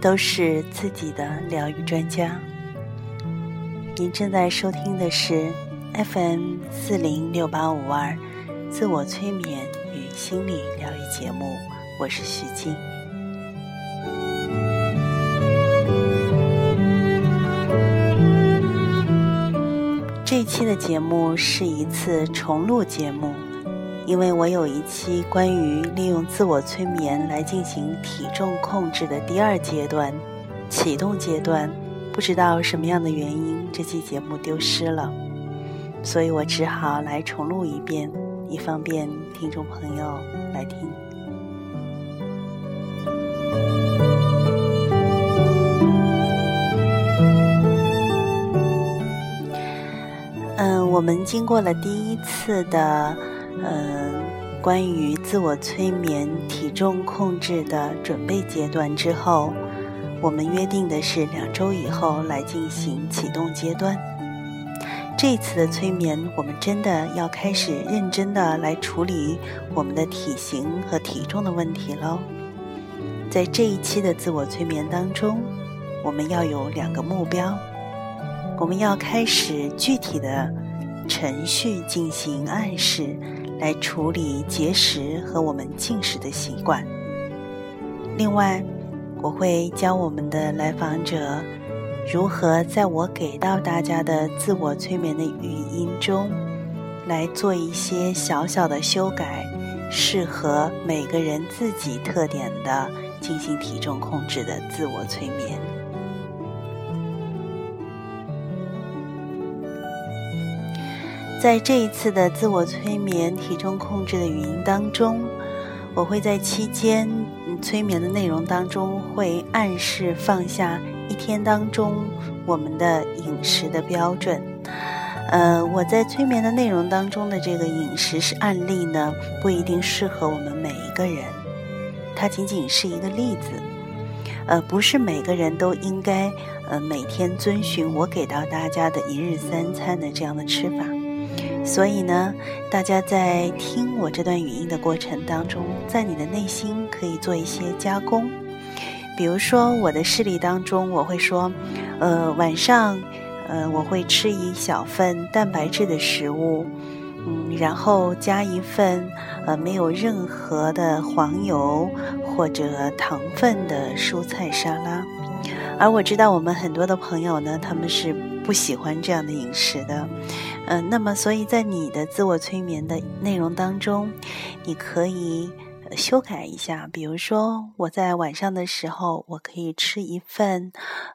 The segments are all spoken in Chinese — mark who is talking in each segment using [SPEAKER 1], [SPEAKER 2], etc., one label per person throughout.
[SPEAKER 1] 都是自己的疗愈专家。您正在收听的是 FM406852自我催眠与心理疗愈节目，我是徐静。这一期的节目是一次重录节目，因为我有一期关于利用自我催眠来进行体重控制的第2阶段启动阶段，不知道什么样的原因，这期节目丢失了，所以我只好来重录一遍，以方便听众朋友来听。我们经过了第1次的关于自我催眠体重控制的准备阶段之后，我们约定的是2周以后来进行启动阶段。这一次的催眠，我们真的要开始认真的来处理我们的体型和体重的问题咯。在这一期的自我催眠当中，我们要有2个目标，我们要开始具体的程序进行暗示，来处理节食和我们进食的习惯。另外，我会教我们的来访者如何在我给到大家的自我催眠的语音中来做一些小小的修改，适合每个人自己特点的进行体重控制的自我催眠。在这一次的自我催眠体重控制的语音当中，我会在期间催眠的内容当中会暗示放下一天当中我们的饮食的标准。我在催眠的内容当中的这个饮食是案例呢，不一定适合我们每一个人，它仅仅是一个例子。不是每个人都应该每天遵循我给到大家的1日3餐的这样的吃法。所以呢，大家在听我这段语音的过程当中，在你的内心可以做一些加工。比如说我的事例当中，我会说晚上我会吃一小份蛋白质的食物，然后加一份没有任何的黄油或者糖分的蔬菜沙拉。而我知道我们很多的朋友呢，他们是不喜欢这样的饮食的。那么所以在你的自我催眠的内容当中，你可以修改一下。比如说我在晚上的时候，我可以吃一份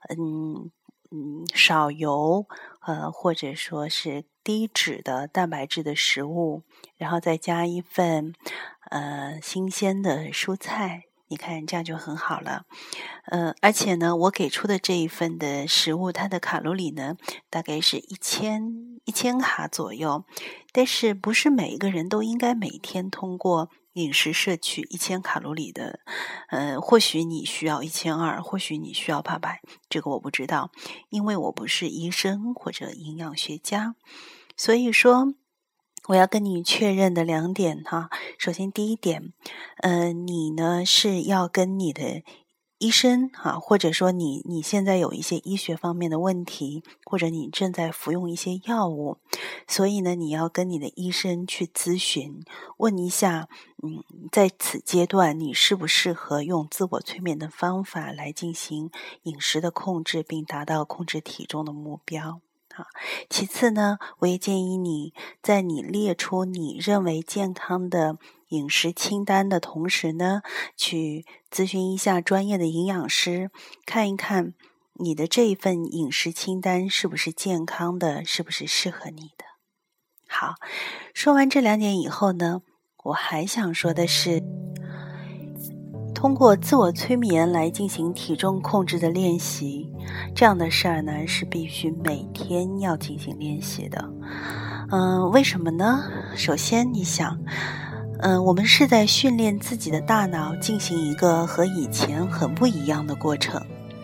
[SPEAKER 1] 少油或者说是低脂的蛋白质的食物，然后再加一份新鲜的蔬菜，你看这样就很好了。而且呢，我给出的这一份的食物，它的卡路里呢大概是1000卡左右，但是不是每一个人都应该每天通过饮食摄取1000卡路里的。或许你需要1200，或许你需要800，这个我不知道，因为我不是医生或者营养学家。所以说我要跟你确认的2点哈。首先第1点，你呢是要跟你的医生或者说你现在有一些医学方面的问题，或者你正在服用一些药物，所以呢你要跟你的医生去咨询，问一下在此阶段你适不适合用自我催眠的方法来进行饮食的控制，并达到控制体重的目标。其次呢，我也建议你在你列出你认为健康的饮食清单的同时呢，去咨询一下专业的营养师，看一看你的这一份饮食清单是不是健康的，是不是适合你的。好，说完这2点以后呢，我还想说的是，通过自我催眠来进行体重控制的练习，这样的事儿呢是必须每天要进行练习的。为什么呢？首先你想，我们是在训练自己的大脑进行一个和以前很不一样的过程。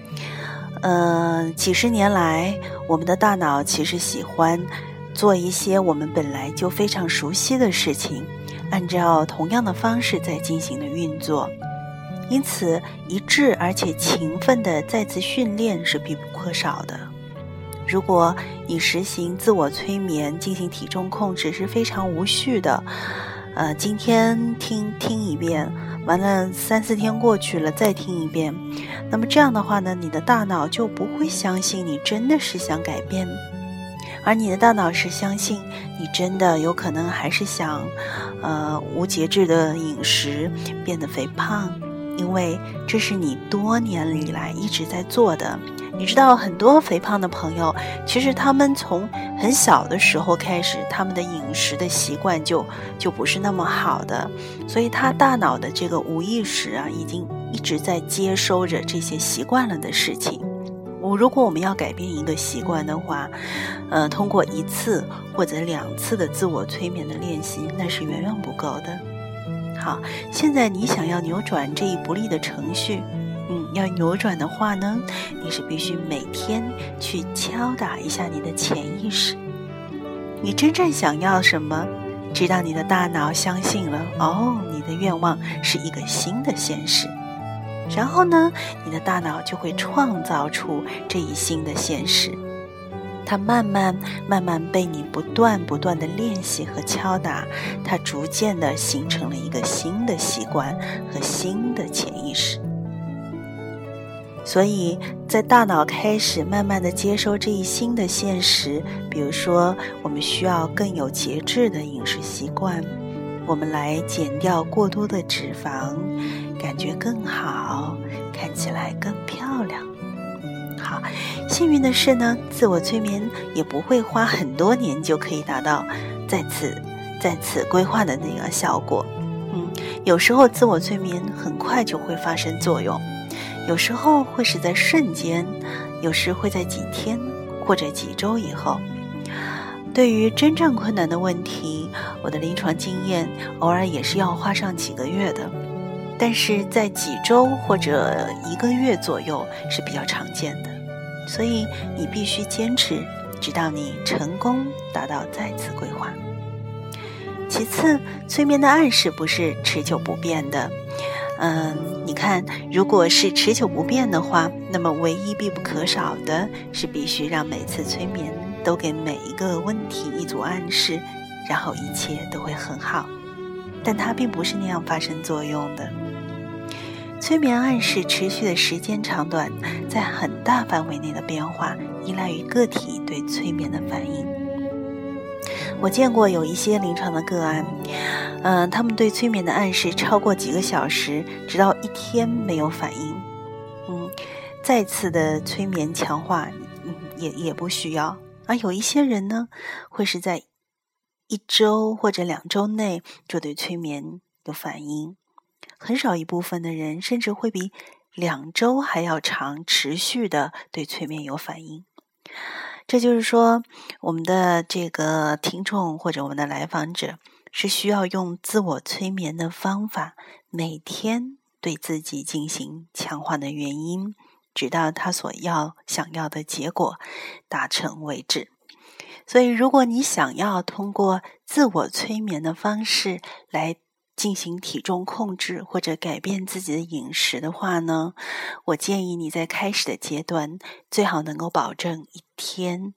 [SPEAKER 1] 几十年来，我们的大脑其实喜欢做一些我们本来就非常熟悉的事情，按照同样的方式在进行的运作。 因此，一致而且勤奋的再次训练是必不可少的。如果你实行自我催眠进行体重控制是非常无序的，今天听一遍，完了3-4天过去了再听一遍，那么这样的话呢，你的大脑就不会相信你真的是想改变，而你的大脑是相信你真的有可能还是想无节制的饮食变得肥胖，因为这是你多年以来一直在做的。你知道很多肥胖的朋友，其实他们从很小的时候开始，他们的饮食的习惯就不是那么好的，所以他大脑的这个无意识啊，已经一直在接收着这些习惯了的事情。如果我们要改变一个习惯的话，通过1次或者2次的自我催眠的练习，那是远远不够的。好，现在你想要扭转这一不利的程序，要扭转的话呢，你是必须每天去敲打一下你的潜意识，你真正想要什么，直到你的大脑相信了，你的愿望是一个新的现实。然后呢，你的大脑就会创造出这一新的现实，它慢慢被你不断的练习和敲打，它逐渐的形成了一个新的习惯和新的潜意识。所以在大脑开始慢慢的接收这一新的现实，比如说我们需要更有节制的饮食习惯，我们来减掉过多的脂肪，感觉更好，看起来更漂亮。好，幸运的是呢，自我催眠也不会花很多年就可以达到再次规划的那个效果。有时候自我催眠很快就会发生作用，有时候会是在瞬间，有时会在几天或者几周以后。对于真正困难的问题，我的临床经验偶尔也是要花上几个月的，但是在几周或者1个月左右是比较常见的。所以你必须坚持，直到你成功达到再次规划。其次，催眠的暗示不是持久不变的。你看，如果是持久不变的话，那么唯一必不可少的是必须让每次催眠都给每一个问题一组暗示，然后一切都会很好。但它并不是那样发生作用的。催眠暗示持续的时间长短在很大范围内的变化依赖于个体对催眠的反应。我见过有一些临床的个案，他们对催眠的暗示超过几个小时，直到1天没有反应。再次的催眠强化也不需要。而有一些人呢，会是在1周或者2周内就对催眠有反应。很少一部分的人甚至会比2周还要长，持续的对催眠有反应。这就是说，我们的这个听众或者我们的来访者是需要用自我催眠的方法，每天对自己进行强化的原因，直到他想要的结果达成为止。所以如果你想要通过自我催眠的方式来进行体重控制或者改变自己的饮食的话呢，我建议你在开始的阶段最好能够保证1天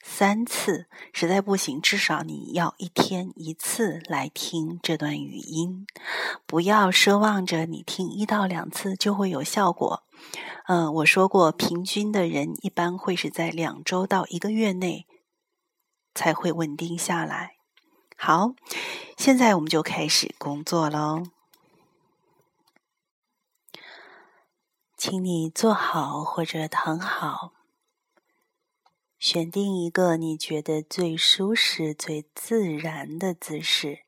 [SPEAKER 1] 3次，实在不行至少你要1天1次来听这段语音，不要奢望着你听1到2次就会有效果。我说过，平均的人一般会是在2周到1个月内才会稳定下来。好，现在我们就开始工作咯。请你坐好或者躺好，选定一个你觉得最舒适、最自然的姿势。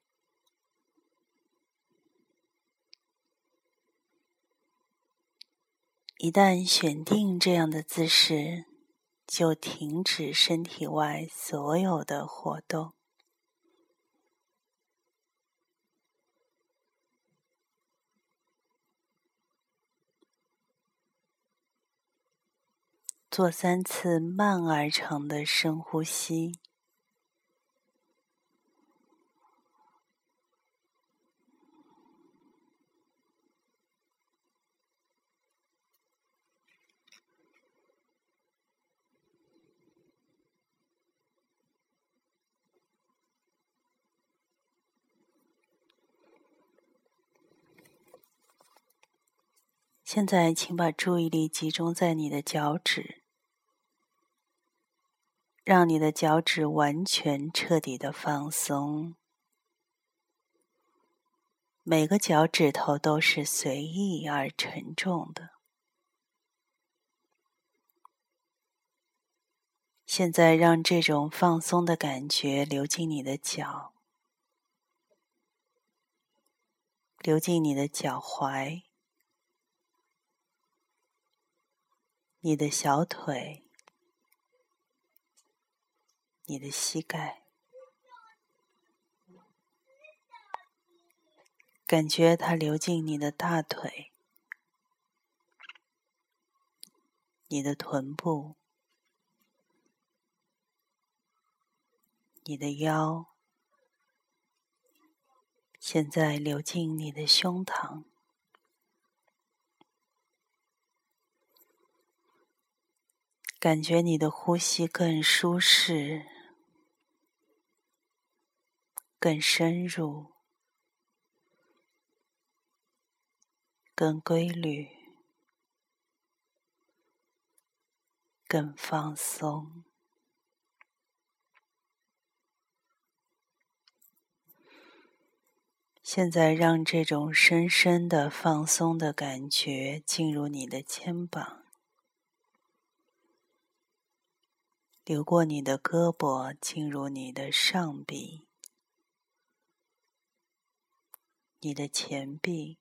[SPEAKER 1] 一旦选定这样的姿势，就停止身体外所有的活动。做3次慢而长的深呼吸。 现在请把注意力集中在你的脚趾，让你的脚趾完全彻底的放松，每个脚趾头都是随意而沉重的。现在让这种放松的感觉流进你的脚，流进你的脚踝，你的小腿，你的膝盖，感觉它流进你的大腿，你的臀部，你的腰，现在流进你的胸膛，感觉你的呼吸更舒适，更深入，更规律，更放松。现在让这种深深的放松的感觉进入你的肩膀，流过你的胳膊，进入你的上臂，你的前臂，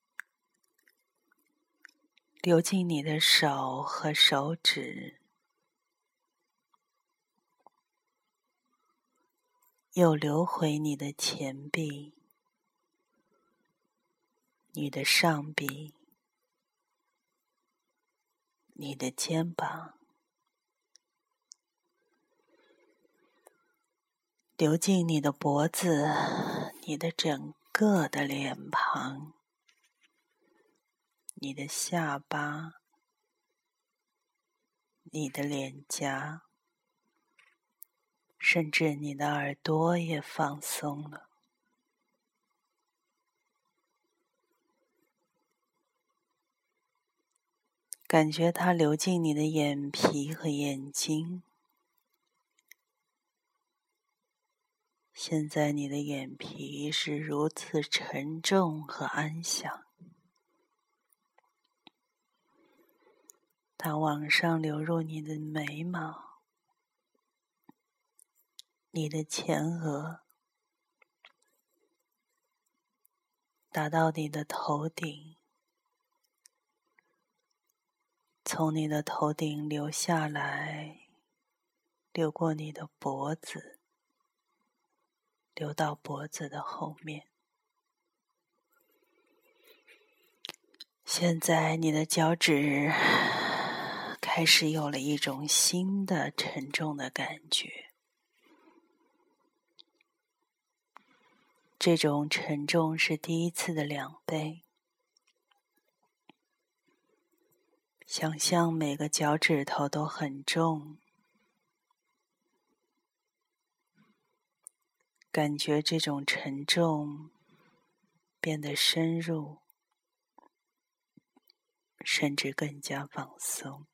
[SPEAKER 1] 流进你的手和手指，又流回你的前臂，你的上臂，你的肩膀，流进你的脖子，你的整个的脸庞，你的下巴，你的脸颊，甚至你的耳朵也放松了。感觉它流进你的眼皮和眼睛。现在你的眼皮是如此沉重和安详，它往上流入你的眉毛，你的前额，达到你的头顶，从你的头顶流下来，流过你的脖子，流到脖子的后面。现在你的脚趾开始有了一种新的沉重的感觉，这种沉重是第一次的2倍。想象每个脚趾头都很重，感觉这种沉重变得深入，甚至更加放松。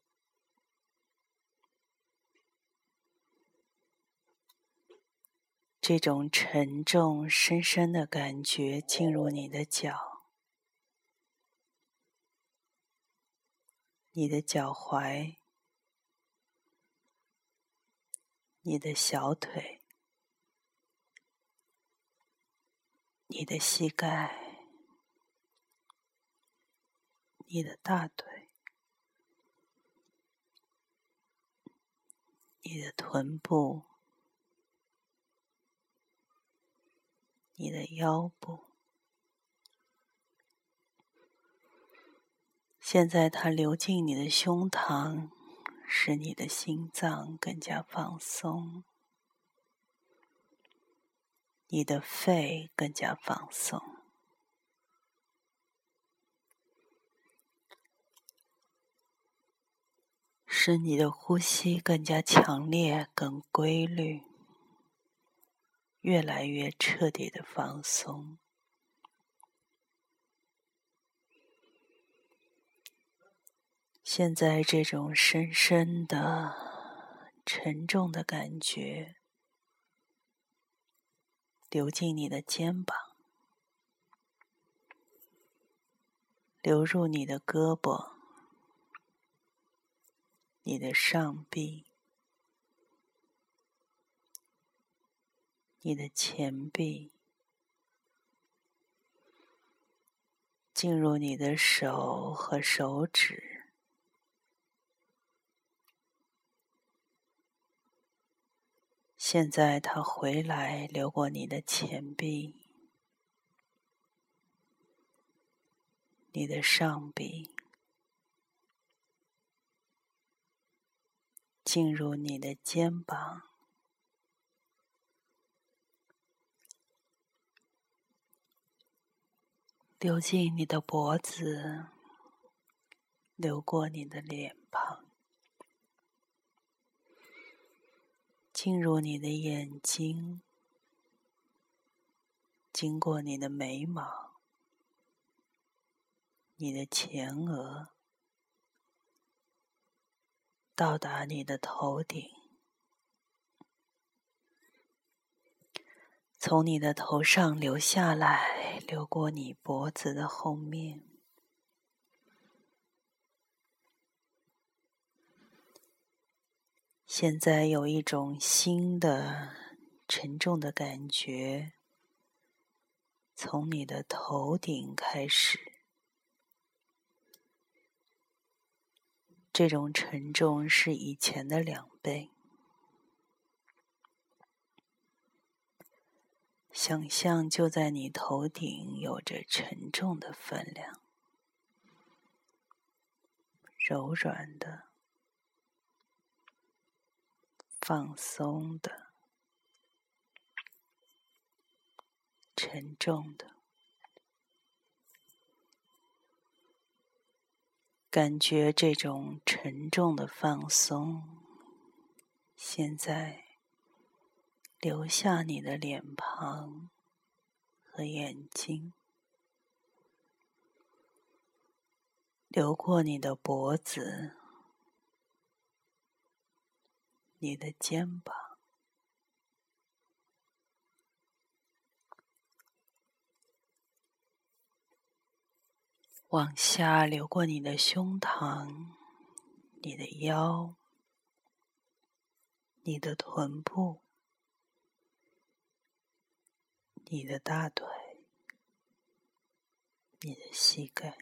[SPEAKER 1] 这种沉重深深的感觉进入你的脚，你的脚踝，你的小腿，你的膝盖，你的大腿，你的臀部，你的腰部。现在它流进你的胸膛，使你的心脏更加放松，你的肺更加放松，使你的呼吸更加强烈、更规律，越来越彻底的放松。 现在这种深深的、沉重的感觉流进你的肩膀，流入你的胳膊、你的上臂、你的前臂，进入你的手和手指，现在它回来，流过你的前臂、你的上臂，进入你的肩膀，流进你的脖子，流过你的脸庞，进入你的眼睛，经过你的眉毛、你的前额，到达你的头顶，从你的头上流下来，流过你脖子的后面。现在有一种新的沉重的感觉，从你的头顶开始，这种沉重是以前的2倍。想象就在你头顶有着沉重的分量，柔软的、放松的、沉重的，感觉这种沉重的放松，现在流下你的脸庞和眼睛，流过你的脖子、你的肩膀，往下流过你的胸膛、你的腰、你的臀部、你的大腿、你的膝盖，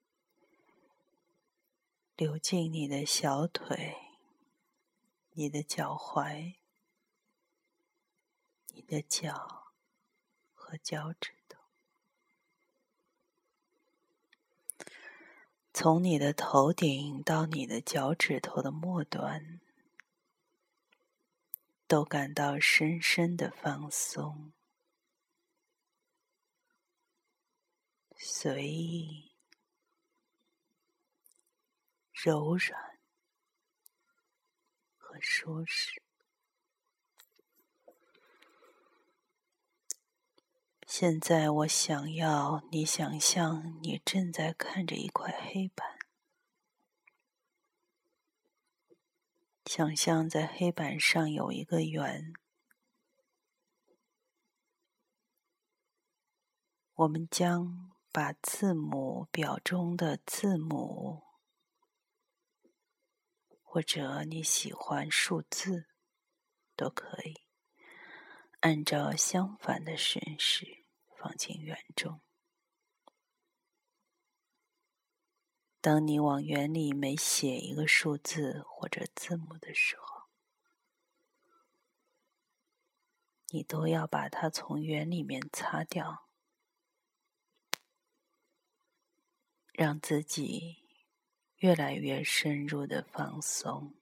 [SPEAKER 1] 流进你的小腿、你的脚踝、你的脚和脚趾头，从你的头顶到你的脚趾头的末端，都感到深深的放松、随意、柔软和舒适。现在我想要你想象你正在看着一块黑板，想象在黑板上有一个圆，我们将把字母表中的字母，或者你喜欢数字都可以，按照相反的顺序放进圆中。当你往圆里每写一个数字或者字母的时候，你都要把它从圆里面擦掉，让自己越来越深入的放松。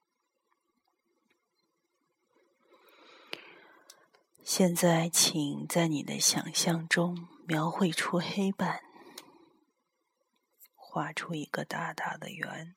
[SPEAKER 1] 现在请在你的想象中描绘出黑板，画出一个大大的圆，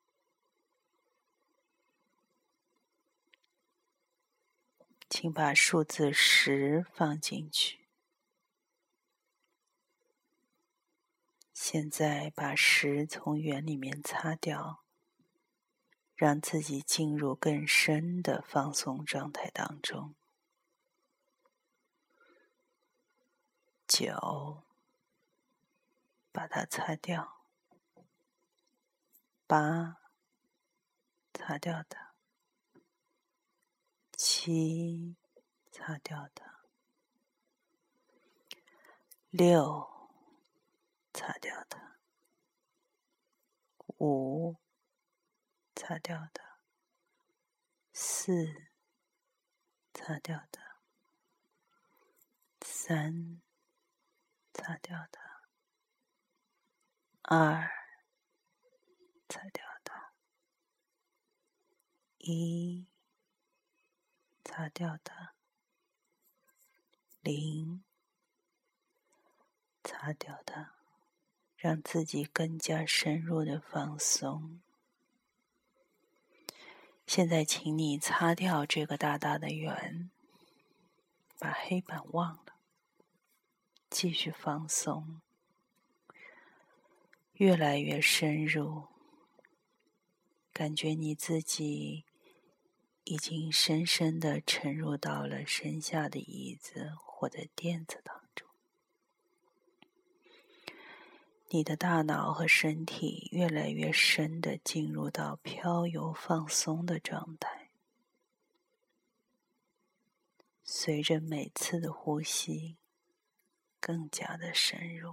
[SPEAKER 1] 请把数字10放进去， 现在把10从圆里面擦掉，让自己进入更深的放松状态当中。9，把它擦掉。8，擦掉它。7，擦掉它。6，擦掉它。5，擦掉它。4，擦掉它。3，擦掉它。2，擦掉它。1，擦掉它。0，擦掉它，让自己更加深入的放松。现在请你擦掉这个大大的圆，把黑板忘了，继续放松，越来越深入，感觉你自己已经深深地沉入到了身下的椅子或者垫子当中。你的大脑和身体越来越深地进入到飘游放松的状态，随着每次的呼吸更加的深入。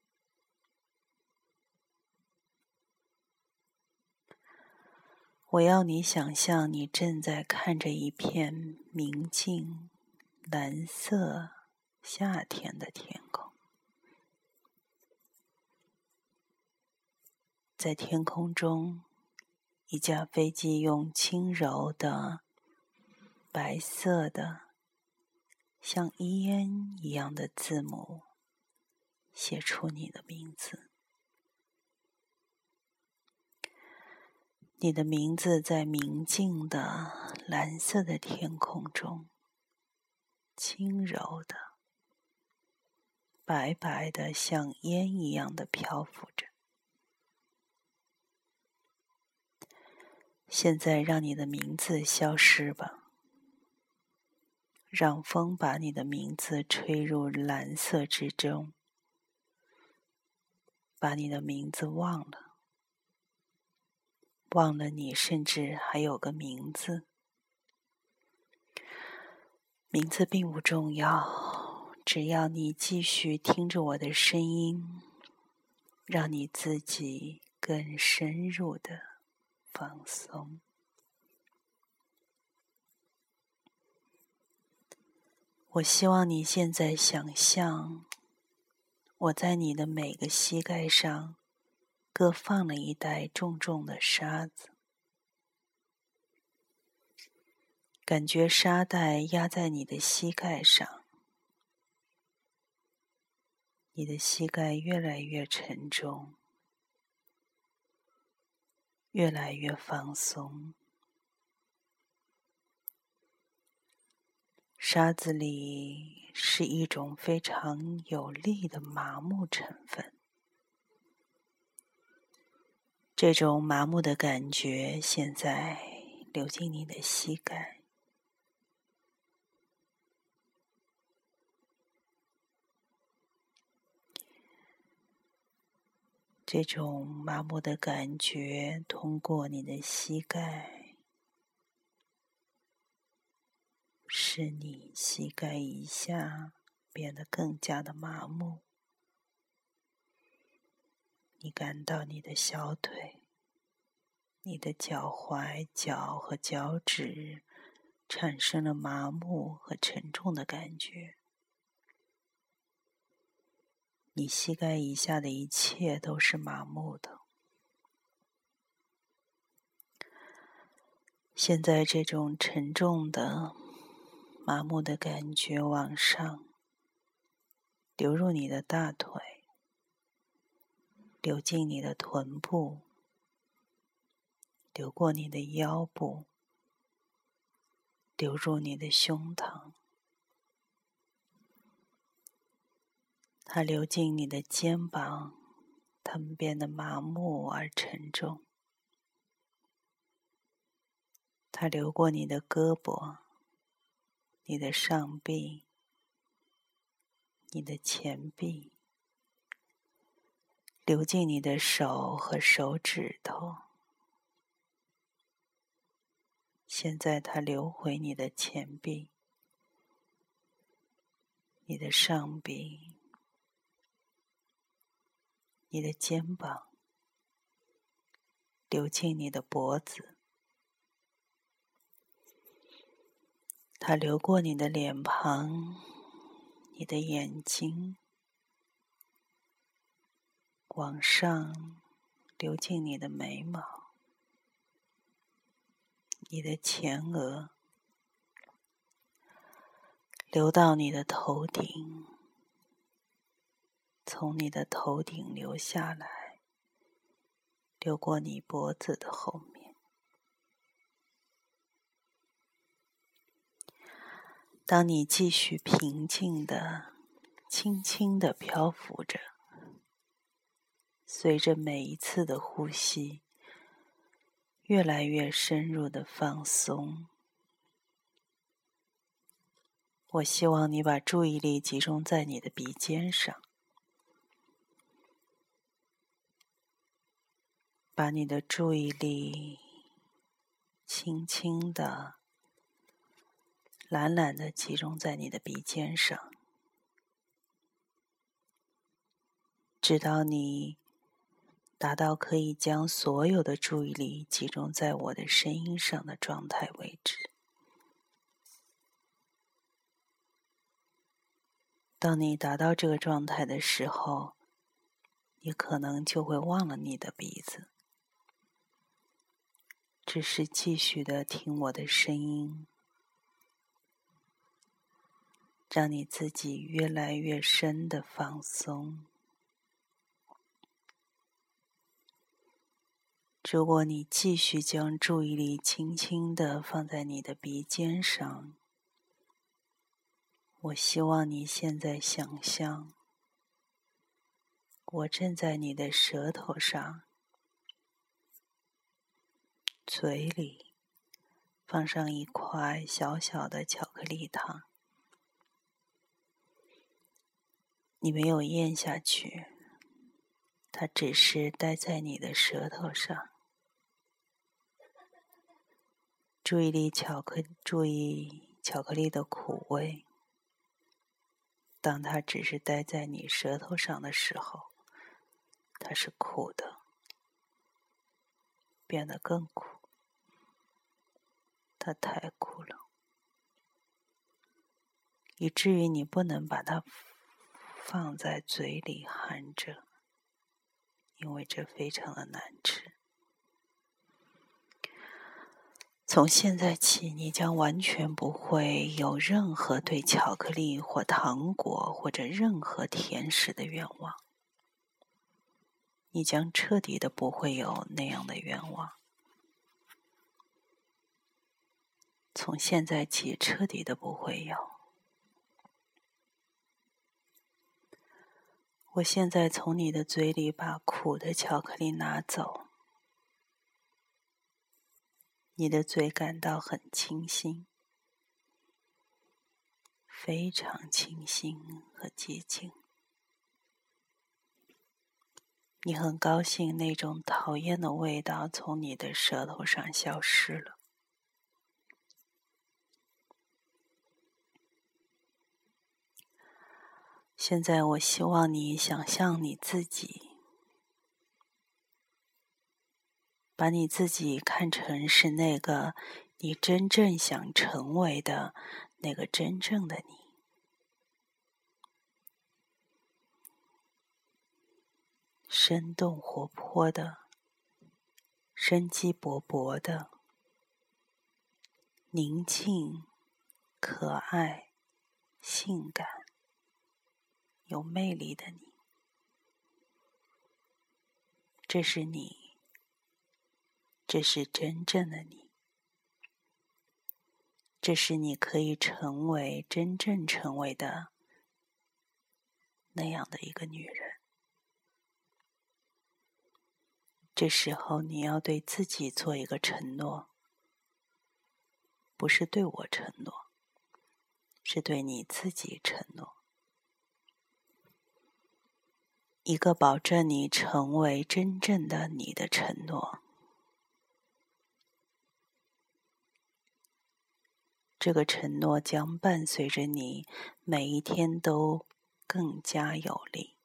[SPEAKER 1] 我要你想象你正在看着一片明净蓝色夏天的天空，在天空中，一架飞机用轻柔的白色的像烟一样的字母写出你的名字。你的名字在明净的蓝色的天空中，轻柔的白白的像烟一样的漂浮着。现在让你的名字消失吧，让风把你的名字吹入蓝色之中，把你的名字忘了，忘了你甚至还有个名字。名字并不重要，只要你继续听着我的声音，让你自己更深入的放松。我希望你现在想象，我在你的每个膝盖上各放了一袋重重的沙子，感觉沙袋压在你的膝盖上，你的膝盖越来越沉重，越来越放松。沙子里是一种非常有力的麻木成分，这种麻木的感觉现在流进你的膝盖，这种麻木的感觉通过你的膝盖，使你膝盖以下变得更加的麻木。你感到你的小腿、你的脚踝、脚和脚趾产生了麻木和沉重的感觉。你膝盖以下的一切都是麻木的。现在这种沉重的麻木的感觉往上流入你的大腿，流进你的臀部，流过你的腰部，流入你的胸膛，它流进你的肩膀， 它们变得麻木而沉重。它流过你的胳膊、你的上臂、你的前臂，流进你的手和手指头。现在它流回你的前臂、你的上臂、你的肩膀，流进你的脖子。它流过你的脸庞、你的眼睛，往上流进你的眉毛、你的前额，流到你的头顶，从你的头顶流下来，流过你脖子的后面。当你继续平静地、轻轻地漂浮着，随着每一次的呼吸，越来越深入的放松。我希望你把注意力集中在你的鼻尖上，把你的注意力轻轻地、懒懒地集中在你的鼻尖上，直到你达到可以将所有的注意力集中在我的声音上的状态为止。当你达到这个状态的时候，你可能就会忘了你的鼻子，只是继续地听我的声音，让你自己越来越深的放松。如果你继续将注意力轻轻地放在你的鼻尖上，我希望你现在想象，我正在你的舌头上、嘴里放上一块小小的巧克力糖，你没有咽下去，它只是待在你的舌头上。注意巧克力的苦味，当它只是待在你舌头上的时候，它是苦的，变得更苦，它太苦了，以至于你不能把它放在嘴里含着，因为这非常的难吃。从现在起，你将完全不会有任何对巧克力或糖果或者任何甜食的愿望。你将彻底的不会有那样的愿望。从现在起，彻底的不会有。我现在从你的嘴里把苦的巧克力拿走。你的嘴感到很清新，非常清新和寂静。你很高兴那种讨厌的味道从你的舌头上消失了。现在我希望你想象你自己，把你自己看成是那个你真正想成为的那个真正的你。生动活泼的，生机勃勃的，宁静、可爱、性感、有魅力的你。这是你，这是真正的你，这是你可以成为、真正成为的那样的一个女人。 这时候你要对自己做一个承诺，不是对我承诺，是对你自己承诺。一个保证你成为真正的你的承诺。这个承诺将伴随着你每一天都更加有力。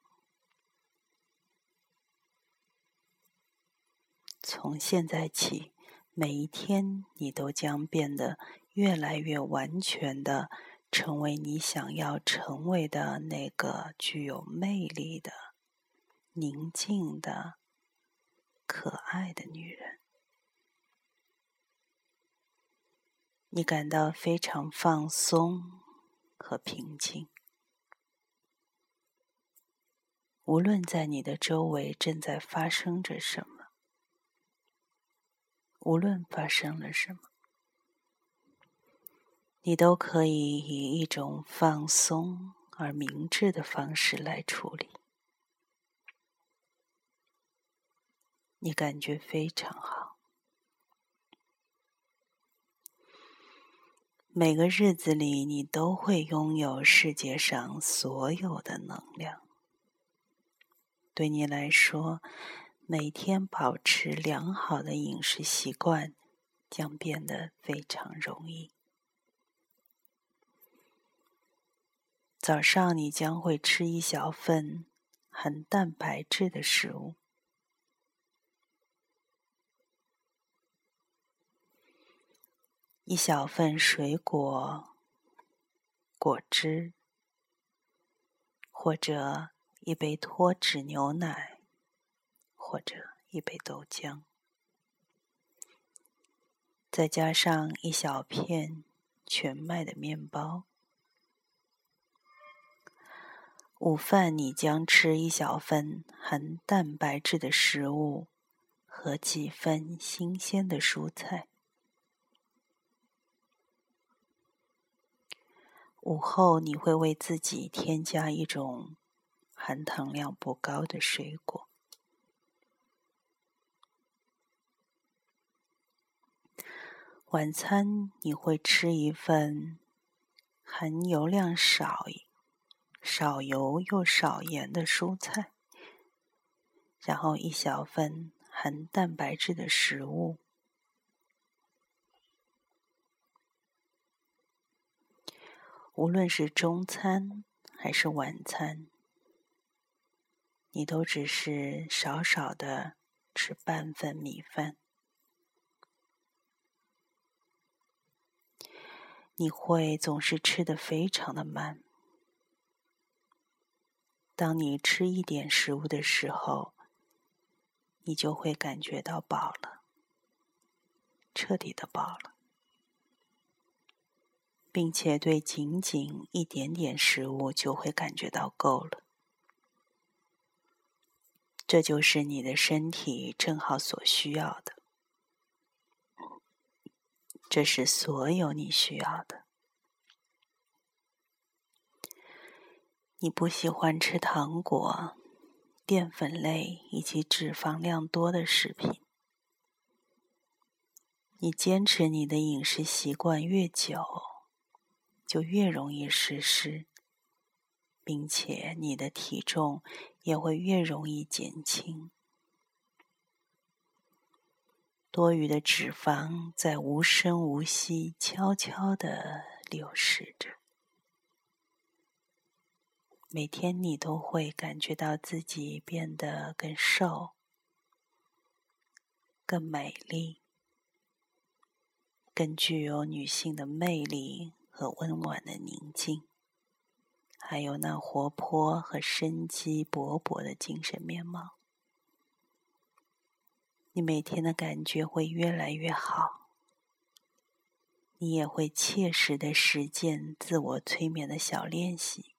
[SPEAKER 1] 从现在起，每一天你都将变得越来越完全的成为你想要成为的那个具有魅力的、宁静的、可爱的女人。你感到非常放松和平静。无论在你的周围正在发生着什么，无论发生了什么，你都可以以一种放松而明智的方式来处理。你感觉非常好。每个日子里，你都会拥有世界上所有的能量。对你来说，每天保持良好的饮食习惯将变得非常容易。早上你将会吃一小份含蛋白质的食物，一小份水果、果汁，或者一杯脱脂牛奶，或者一杯豆浆，再加上一小片全麦的面包。午饭你将吃一小份含蛋白质的食物和几份新鲜的蔬菜。午后你会为自己添加一种含糖量不高的水果。晚餐你会吃一份含油量少油又少盐的蔬菜，然后一小份含蛋白质的食物。无论是中餐还是晚餐，你都只是少少的吃半份米饭。你会总是吃得非常的慢。当你吃一点食物的时候，你就会感觉到饱了，彻底的饱了，并且对仅仅一点点食物就会感觉到够了。这就是你的身体正好所需要的，这是所有你需要的。你不喜欢吃糖果、淀粉类以及脂肪量多的食品。你坚持你的饮食习惯越久，就越容易实施，并且你的体重也会越容易减轻。多余的脂肪在无声无息、悄悄地流失着。每天你都会感觉到自己变得更瘦、更美丽、更具有女性的魅力和温婉的宁静，还有那活泼和生机勃勃的精神面貌。你每天的感觉会越来越好，你也会切实的实践自我催眠的小练习。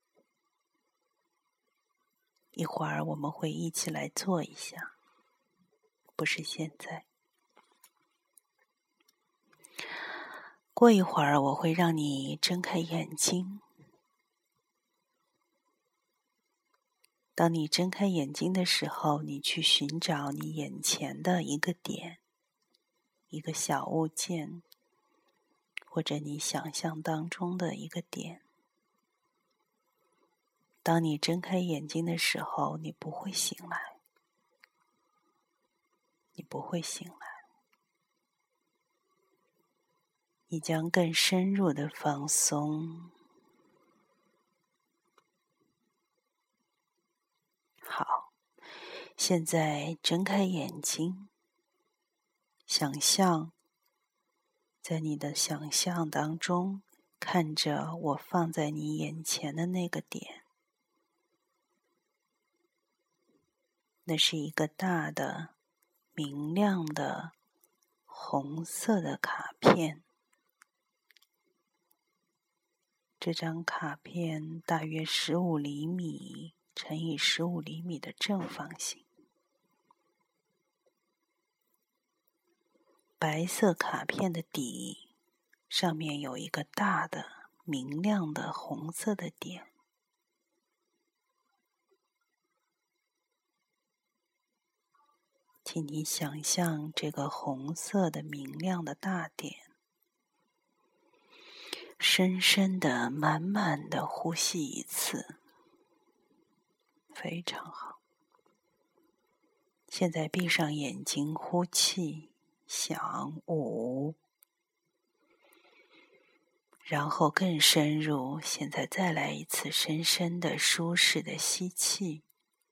[SPEAKER 1] 一会儿我们会一起来做一下，不是现在。过一会儿我会让你睁开眼睛， 当你睁开眼睛的时候，你去寻找你眼前的一个点，一个小物件，或者你想象当中的一个点。当你睁开眼睛的时候，你不会醒来，你不会醒来，你将更深入的放松。好，现在睁开眼睛，想象在你的想象当中，看着我放在你眼前的那个点，那是一个大的、明亮的、红色的卡片。这张卡片大约15厘米乘以15厘米的正方形。白色卡片的底上面有一个大的、明亮的红色的点。请你想象这个红色的明亮的大点，深深的、满满的呼吸一次，非常好。现在闭上眼睛呼气，想5，然后更深入。现在再来一次深深的、舒适的吸气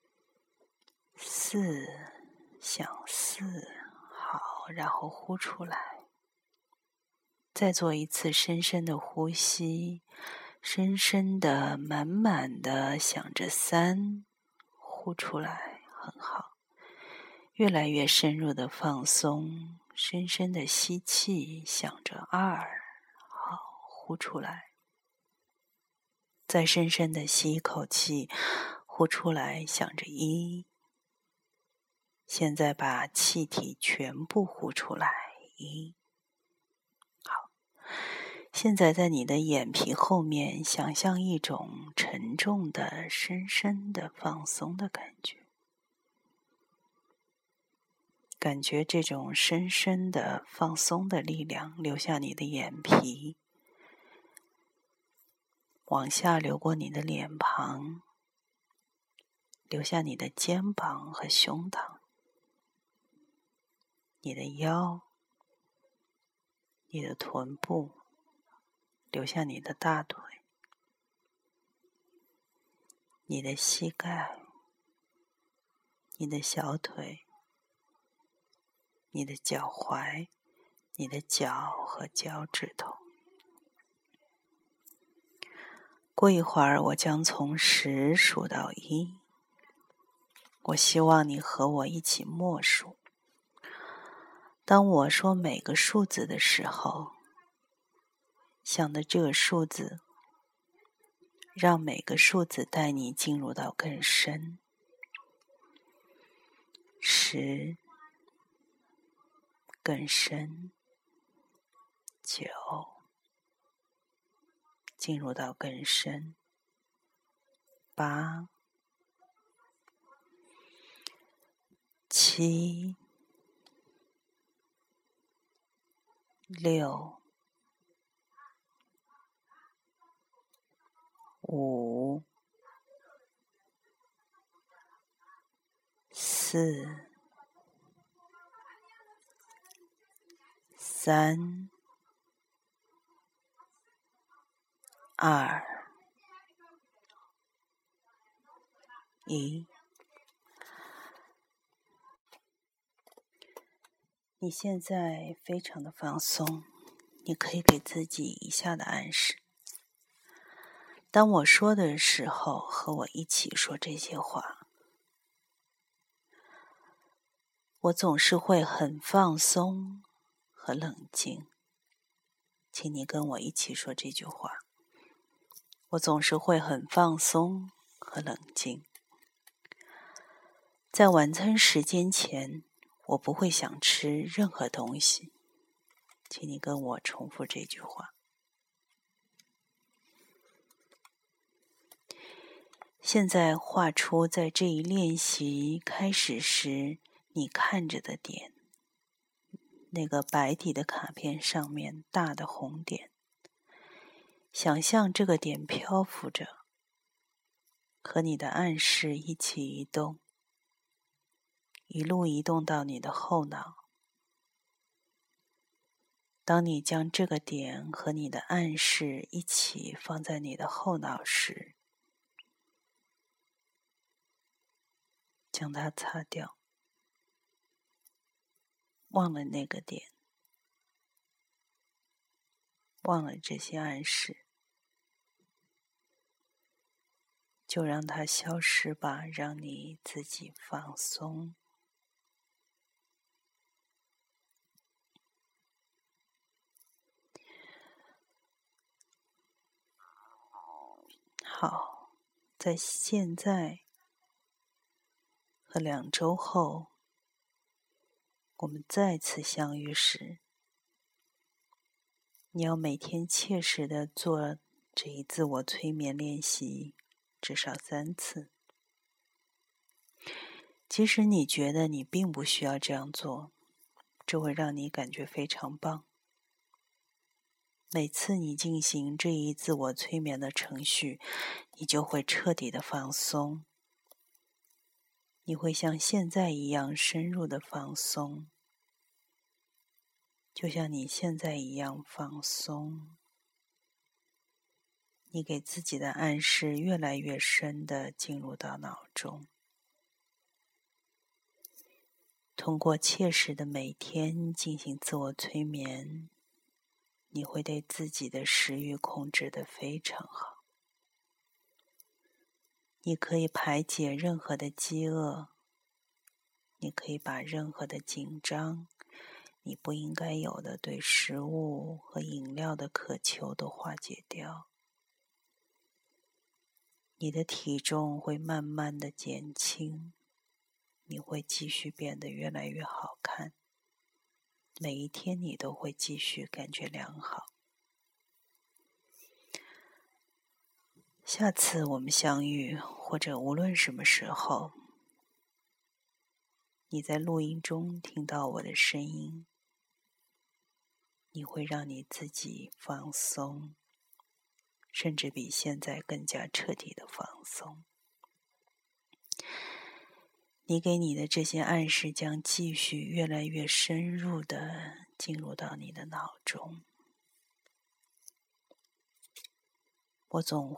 [SPEAKER 1] ，4，想4，好，然后呼出来。再做一次深深的呼吸，深深的、满满的想着3，呼出来，很好。越来越深入的放松，深深的吸气，想着2，好，呼出来。再深深的吸一口气，呼出来，想着1。现在把气体全部呼出来，1。好，现在在你的眼皮后面想象一种沉重的、深深的放松的感觉。感觉这种深深的放松的力量流下你的眼皮，往下流过你的脸庞，流下你的肩膀和胸膛，你的腰，你的臀部，流下你的大腿，你的膝盖，你的小腿，你的脚踝，你的脚和脚趾头。过一会儿，我将从10数到1。我希望你和我一起默数。当我说每个数字的时候，想的这个数字，让每个数字带你进入到更深。10，更深。9，进入到更深。8，7，6，5，4，3，2，1。你现在非常的放松，你可以给自己以下的暗示。当我说的时候，和我一起说这些话。我总是会很放松和冷静，请你跟我一起说这句话。我总是会很放松和冷静。在晚餐时间前，我不会想吃任何东西，请你跟我重复这句话。 现在画出在这一练习开始时你看着的点，那个白底的卡片上面大的红点，想象这个点漂浮着，和你的暗示一起移动，一路移动到你的后脑。当你将这个点和你的暗示一起放在你的后脑时，将它擦掉，忘了那个点，忘了这些暗示，就让它消失吧，让你自己放松。好，在现在和2周后，我们再次相遇时，你要每天切实地做这一自我催眠练习，至少3次。即使你觉得你并不需要这样做，这会让你感觉非常棒。每次你进行这一自我催眠的程序，你就会彻底的放松。你会像现在一样深入的放松，就像你现在一样放松。你给自己的暗示越来越深地进入到脑中。通过切实的每天进行自我催眠，你会对自己的食欲控制得非常好。你可以排解任何的饥饿，你可以把任何的紧张，你不应该有的对食物和饮料的渴求都化解掉。你的体重会慢慢的减轻，你会继续变得越来越好看。每一天你都会继续感觉良好。下次我们相遇，或者无论什么时候，你在录音中听到我的声音，你会让你自己放松，甚至比现在更加彻底的放松。你给你的这些暗示将继续越来越深入地进入到你的脑中。我总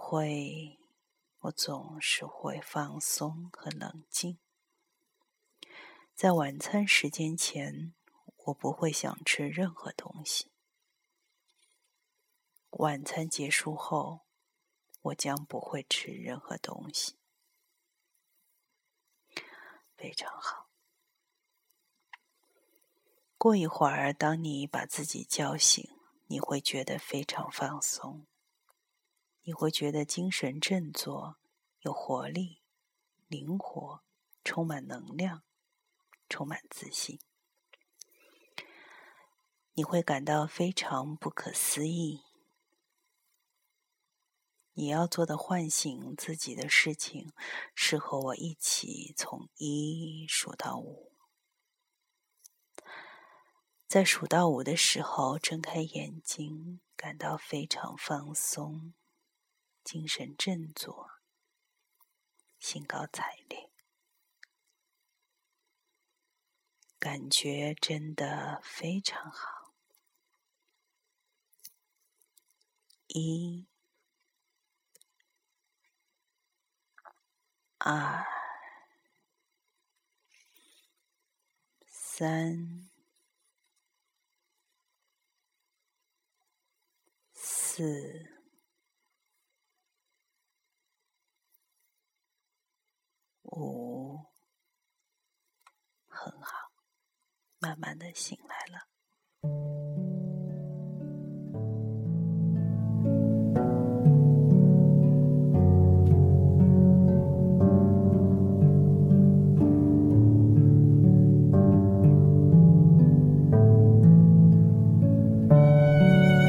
[SPEAKER 1] 是会放松和冷静。在晚餐时间前，我不会想吃任何东西。晚餐结束后，我将不会吃任何东西。非常好。过一会儿，当你把自己叫醒，你会觉得非常放松，你会觉得精神振作，有活力，灵活，充满能量，充满自信。你会感到非常不可思议。你要做的唤醒自己的事情，是和我一起从1数到5。在数到5的时候，睁开眼睛，感到非常放松，精神振作，兴高采烈，感觉真的非常好。1、2、3、4、5，很好，慢慢的醒来了。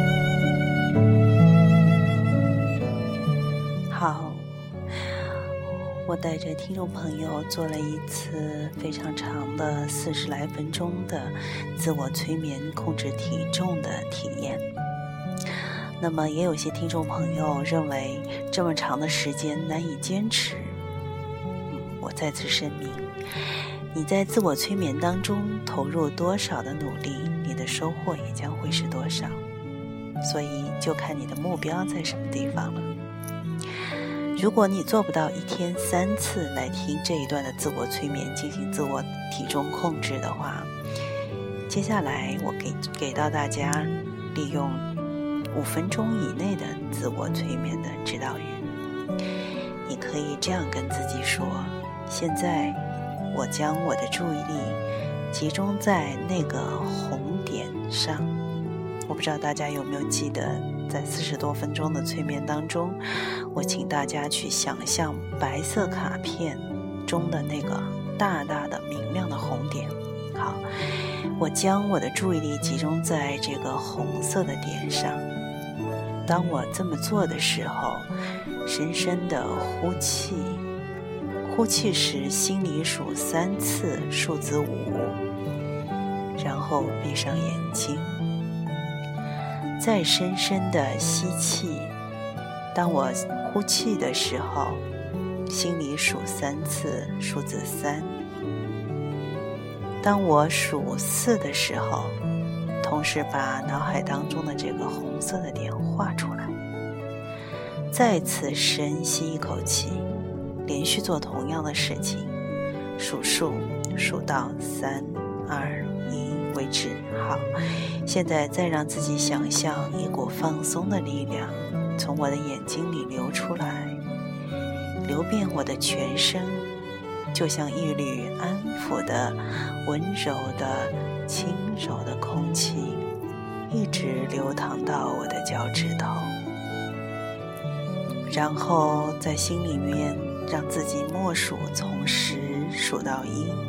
[SPEAKER 1] 好， 我带着听众朋友做了一次非常长的40来分钟的自我催眠控制体重的体验。那么也有些听众朋友认为这么长的时间难以坚持。我再次声明，你在自我催眠当中投入多少的努力，你的收获也将会是多少。所以就看你的目标在什么地方了。如果你做不到1天3次来听这一段的自我催眠进行自我体重控制的话，接下来我给到大家利用5分钟以内的自我催眠的指导语。你可以这样跟自己说：现在我将我的注意力集中在那个红点上。我不知道大家有没有记得，在40多分钟的催眠当中，我请大家去想象白色卡片中的那个大大的明亮的红点。好，我将我的注意力集中在这个红色的点上。当我这么做的时候，深深的呼气，呼气时心里数3次数字5，然后闭上眼睛，再深深的吸气。当我呼气的时候，心里数3次数字3。当我数4的时候，同时把脑海当中的这个红色的点画出来。再次深吸一口气，连续做同样的事情，数到3、2、1为止。好，现在再让自己想象一股放松的力量从我的眼睛里流出来，流遍我的全身，就像一缕安抚的、温柔的、轻柔的空气，一直流淌到我的脚趾头。然后在心里面让自己默数从10数到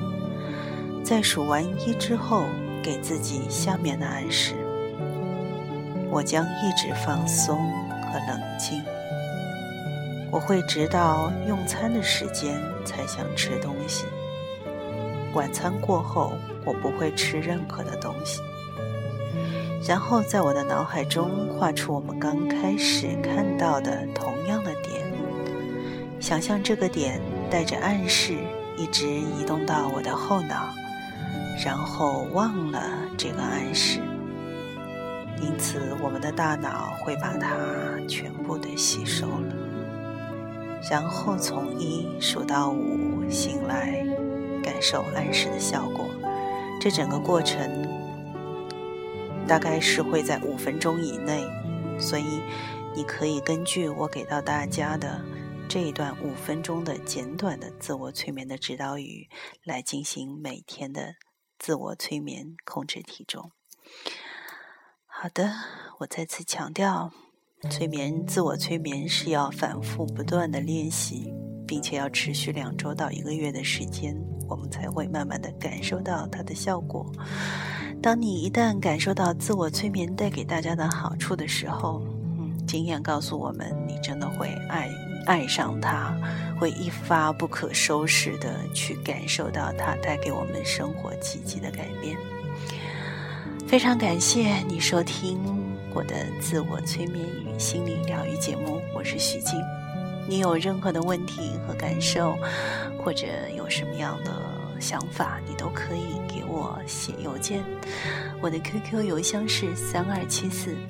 [SPEAKER 1] 1，在数完1之后，给自己下面的暗示：我将一直放松和冷静，我会直到用餐的时间才想吃东西，晚餐过后我不会吃任何的东西。然后在我的脑海中画出我们刚开始看到的同样的点，想象这个点带着暗示一直移动到我的后脑，然后忘了这个暗示，因此我们的大脑会把它全部的吸收了。然后从1数到5醒来，感受暗示的效果。这整个过程大概是会在5分钟以内，所以你可以根据我给到大家的这一段5分钟的简短的自我催眠的指导语来进行每天的自我催眠控制体重。好的，我再次强调，自我催眠是要反复不断的练习，并且要持续2周到1个月的时间，我们才会慢慢的感受到它的效果。当你一旦感受到自我催眠带给大家的好处的时候，经验告诉我们，你真的会爱上它，会一发不可收拾的去感受到它带给我们生活积极的改变。非常感谢你收听我的自我催眠与心理疗愈节目，我是徐静。你有任何的问题和感受，或者有什么样的想法，你都可以给我写邮件。我的 QQ 邮箱是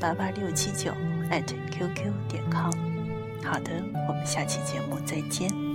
[SPEAKER 1] 32748869@qq.com。好的，我们下期节目再见。